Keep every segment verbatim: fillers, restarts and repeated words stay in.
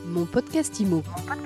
Mon podcast Immo.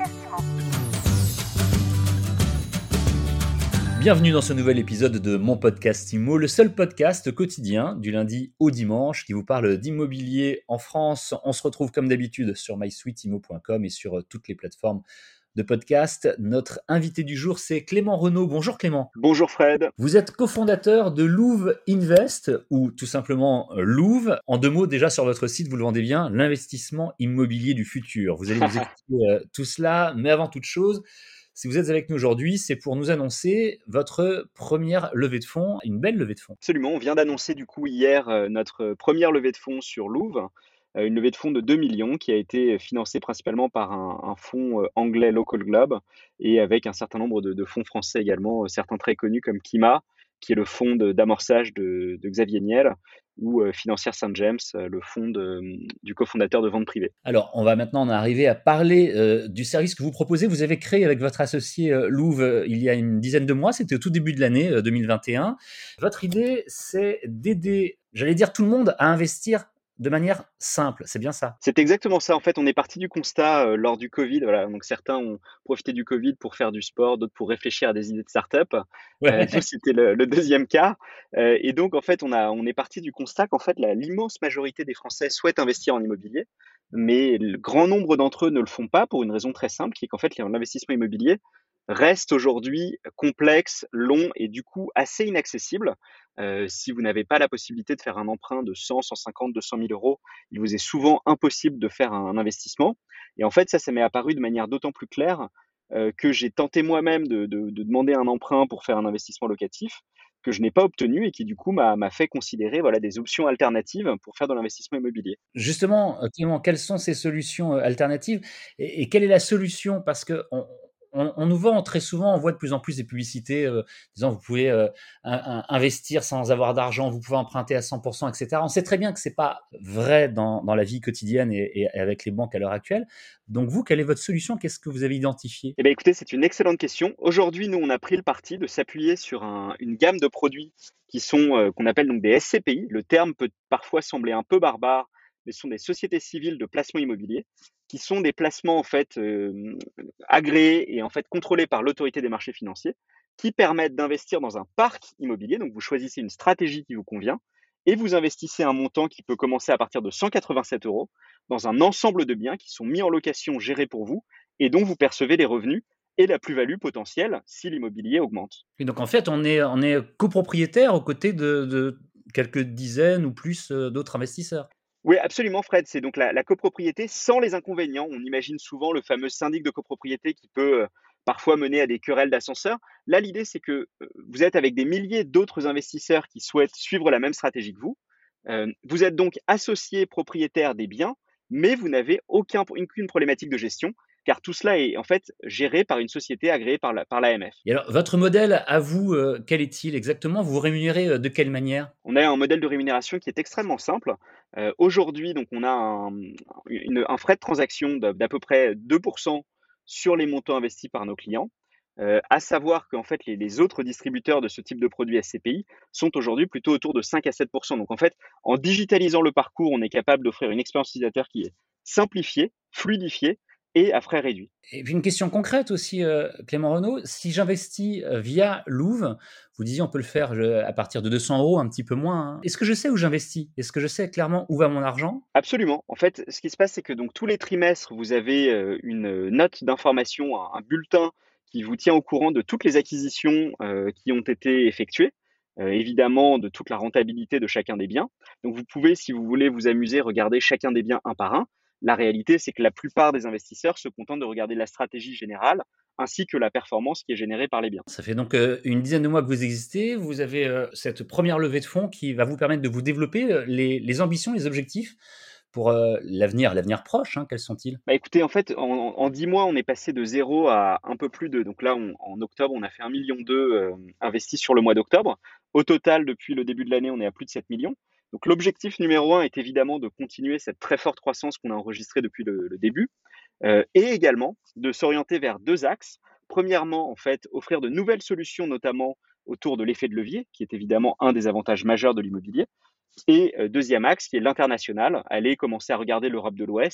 Bienvenue dans ce nouvel épisode de Mon podcast Immo, le seul podcast quotidien du lundi au dimanche qui vous parle d'immobilier en France. On se retrouve comme d'habitude sur my sweet immo point com et sur toutes les plateformes de podcast. Notre invité du jour, c'est Clément Renaud. Bonjour Clément. Bonjour Fred. Vous êtes cofondateur de Louvre Invest, ou tout simplement Louvre. En deux mots, déjà sur votre site, vous le vendez bien, l'investissement immobilier du futur. Vous allez nous expliquer euh, tout cela, mais avant toute chose, si vous êtes avec nous aujourd'hui, c'est pour nous annoncer votre première levée de fonds, une belle levée de fonds. Absolument, on vient d'annoncer du coup hier euh, notre première levée de fonds sur Louvre, euh, une levée de fonds de deux millions qui a été financée principalement par un, un fonds euh, anglais Local Globe et avec un certain nombre de, de fonds français également, euh, certains très connus comme Kima, qui est le fonds de- d'amorçage de, de Xavier Niel, ou euh, Financière Saint-James, euh, le fonds de- du cofondateur de vente privée. Alors, on va maintenant en arriver à parler euh, du service que vous proposez. Vous avez créé avec votre associé euh, Louvre euh, il y a une dizaine de mois, c'était au tout début de l'année euh, deux mille vingt et un. Votre idée, c'est d'aider, j'allais dire, tout le monde à investir de manière simple. C'est bien ça? C'est exactement ça. En fait, on est parti du constat euh, lors du Covid. Voilà, donc certains ont profité du Covid pour faire du sport, d'autres pour réfléchir à des idées de start-up. Euh, nous, Ouais. c'était le, le deuxième cas. Euh, et donc, en fait, on a, on est parti du constat qu'en fait, la- l'immense majorité des Français souhaitent investir en immobilier, mais le grand nombre d'entre eux ne le font pas pour une raison très simple, qui est qu'en fait, l'investissement immobilier reste aujourd'hui complexe, long et du coup assez inaccessible. Euh, si vous n'avez pas la possibilité de faire un emprunt de cent, cent cinquante, deux cent mille euros, il vous est souvent impossible de faire un investissement. Et en fait, ça, ça m'est apparu de manière d'autant plus claire euh, que j'ai tenté moi-même de, de- de demander un emprunt pour faire un investissement locatif que je n'ai pas obtenu et qui du coup m'a m'a fait considérer voilà, des options alternatives pour faire de l'investissement immobilier. Justement, euh, Clément, quelles sont ces solutions euh, alternatives et, et quelle est la solution? Parce que on, on- on nous vend très souvent, on voit de plus en plus des publicités euh, disant vous pouvez euh, un- un- investir sans avoir d'argent, vous pouvez emprunter à cent pour cent, et cetera. On sait très bien que c'est pas vrai dans, dans la vie quotidienne et, et avec les banques à l'heure actuelle. Donc vous, quelle est votre solution? Qu'est-ce que vous avez identifié? Eh bien, écoutez, c'est une excellente question. Aujourd'hui, nous, on a pris le parti de s'appuyer sur un- une gamme de produits qui sont, euh, qu'on appelle donc des S C P I. Le terme peut parfois sembler un peu barbare, mais ce sont des sociétés civiles de placement immobilier, qui sont des placements en fait euh, agréés et en fait contrôlés par l'autorité des marchés financiers, qui permettent d'investir dans un parc immobilier. Donc, vous choisissez une stratégie qui vous convient et vous investissez un montant qui peut commencer à partir de cent quatre-vingt-sept euros dans un ensemble de biens qui sont mis en location, gérés pour vous et dont vous percevez les revenus et la plus-value potentielle si l'immobilier augmente. Et donc en fait, on est, on est copropriétaire aux côtés de, de quelques dizaines ou plus euh, d'autres investisseurs. Oui, absolument, Fred. C'est donc la, la copropriété sans les inconvénients. On imagine souvent le fameux syndic de copropriété qui peut euh, parfois mener à des querelles d'ascenseur. Là, l'idée, c'est que euh, vous êtes avec des milliers d'autres investisseurs qui souhaitent suivre la même stratégie que vous. Euh, vous êtes donc associé propriétaire des biens, mais vous n'avez aucun, aucune problématique de gestion, car tout cela est en fait géré par une société agréée par la, par l'A M F. Et alors, votre modèle, à vous, euh, quel est-il exactement? Vous vous rémunérez euh, de quelle manière? On a un modèle de rémunération qui est extrêmement simple. Euh, aujourd'hui, donc, on a un, une- un frais de transaction d'à d'à peu près deux pour cent sur les montants investis par nos clients. Euh, à savoir qu'en fait, les, les autres distributeurs de ce type de produits S C P I sont aujourd'hui plutôt autour de cinq à sept pour cent. Donc, en fait, en digitalisant le parcours, on est capable d'offrir une expérience utilisateur qui est simplifiée, fluidifiée et à frais réduits. Et puis une question concrète aussi, euh, Clément Renaud, si j'investis euh, via Louvre, vous disiez on peut le faire je- à partir de deux cents euros, un petit peu moins, hein. Est-ce que je sais où j'investis? Est-ce que je sais clairement où va mon argent? Absolument. En fait, ce qui se passe, c'est que donc tous les trimestres, vous avez euh, une note d'information, un, un bulletin qui vous tient au courant de toutes les acquisitions euh, qui ont été effectuées, euh, évidemment de toute la rentabilité de chacun des biens. Donc vous pouvez, si vous voulez vous amuser, regarder chacun des biens un par un. La réalité, c'est que la plupart des investisseurs se contentent de regarder la stratégie générale ainsi que la performance qui est générée par les biens. Ça fait donc euh, une dizaine de mois que vous existez, vous avez euh, cette première levée de fonds qui va vous permettre de vous développer euh, les, les ambitions, les objectifs pour euh, l'avenir, l'avenir proche, hein, quels sont-ils? Bah, écoutez, en fait, en en dix mois, on est passé de zéro à un peu plus de donc là, on en octobre, on a fait un million deux hem, investis sur le mois d'octobre. Au total, depuis le début de l'année, on est à plus de sept millions. Donc l'objectif numéro un est évidemment de continuer cette très forte croissance qu'on a enregistrée depuis le le début, heu et également de s'orienter vers deux axes. Premièrement, en fait, offrir de nouvelles solutions, notamment autour de l'effet de levier, qui est évidemment un des avantages majeurs de l'immobilier. Et euh, deuxième axe qui est l'international, aller commencer à regarder l'Europe de l'Ouest,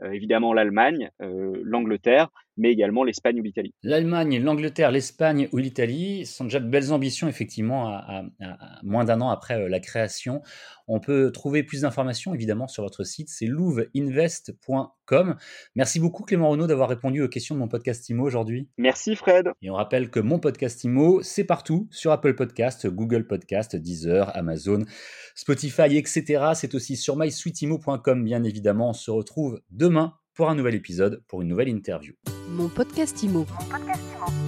euh, évidemment l'Allemagne, euh, l'Angleterre, mais également l'Espagne ou l'Italie. L'Allemagne, l'Angleterre, l'Espagne ou l'Italie sont déjà de belles ambitions, effectivement, à, à- à- à moins d'un an après euh, la création. On peut trouver plus d'informations, évidemment, sur votre site, c'est louveinvest point com. Merci beaucoup, Clément Renaud, d'avoir répondu aux questions de mon podcast Imo aujourd'hui. Merci Fred. Et on rappelle que mon podcast Imo, c'est partout, sur Apple Podcast, Google Podcast, Deezer, Amazon, Spotify, et cetera. C'est aussi sur my sweet imo point com, bien évidemment. On se retrouve demain pour un nouvel épisode, pour une nouvelle interview. Mon podcast Imo. Mon podcast Imo.